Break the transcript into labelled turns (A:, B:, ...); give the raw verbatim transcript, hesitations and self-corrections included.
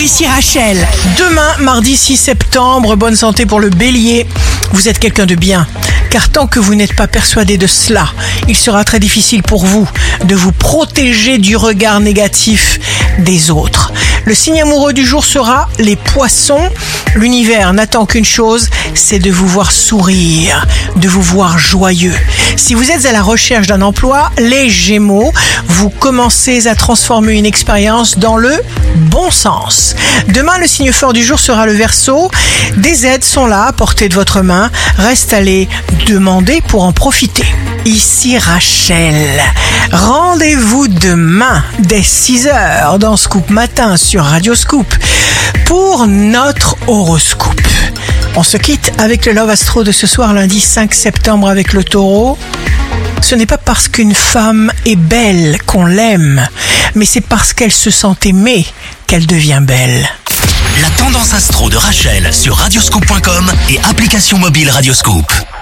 A: ici Rachel.
B: Demain, mardi six septembre, bonne santé pour le Bélier. Vous êtes quelqu'un de bien, car tant que vous n'êtes pas persuadé de cela, il sera très difficile pour vous de vous protéger du regard négatif des autres. Le signe amoureux du jour sera les Poissons. L'univers n'attend qu'une chose, c'est de vous voir sourire, de vous voir joyeux. Si vous êtes à la recherche d'un emploi, les Gémeaux, vous commencez à transformer une expérience dans le bon sens. Demain, le signe fort du jour sera le Verseau. Des aides sont là à portée de votre main. Reste à les demander pour en profiter. Ici Rachel. Rendez-vous demain dès six heures dans Scoop Matin sur Radio Scoop pour notre horoscope. On se quitte avec le Love Astro de ce soir lundi cinq septembre avec le Taureau. Ce n'est pas parce qu'une femme est belle qu'on l'aime, mais c'est parce qu'elle se sent aimée qu'elle devient belle.
C: La tendance astro de Rachel sur radioscoop point com et application mobile Radioscoop.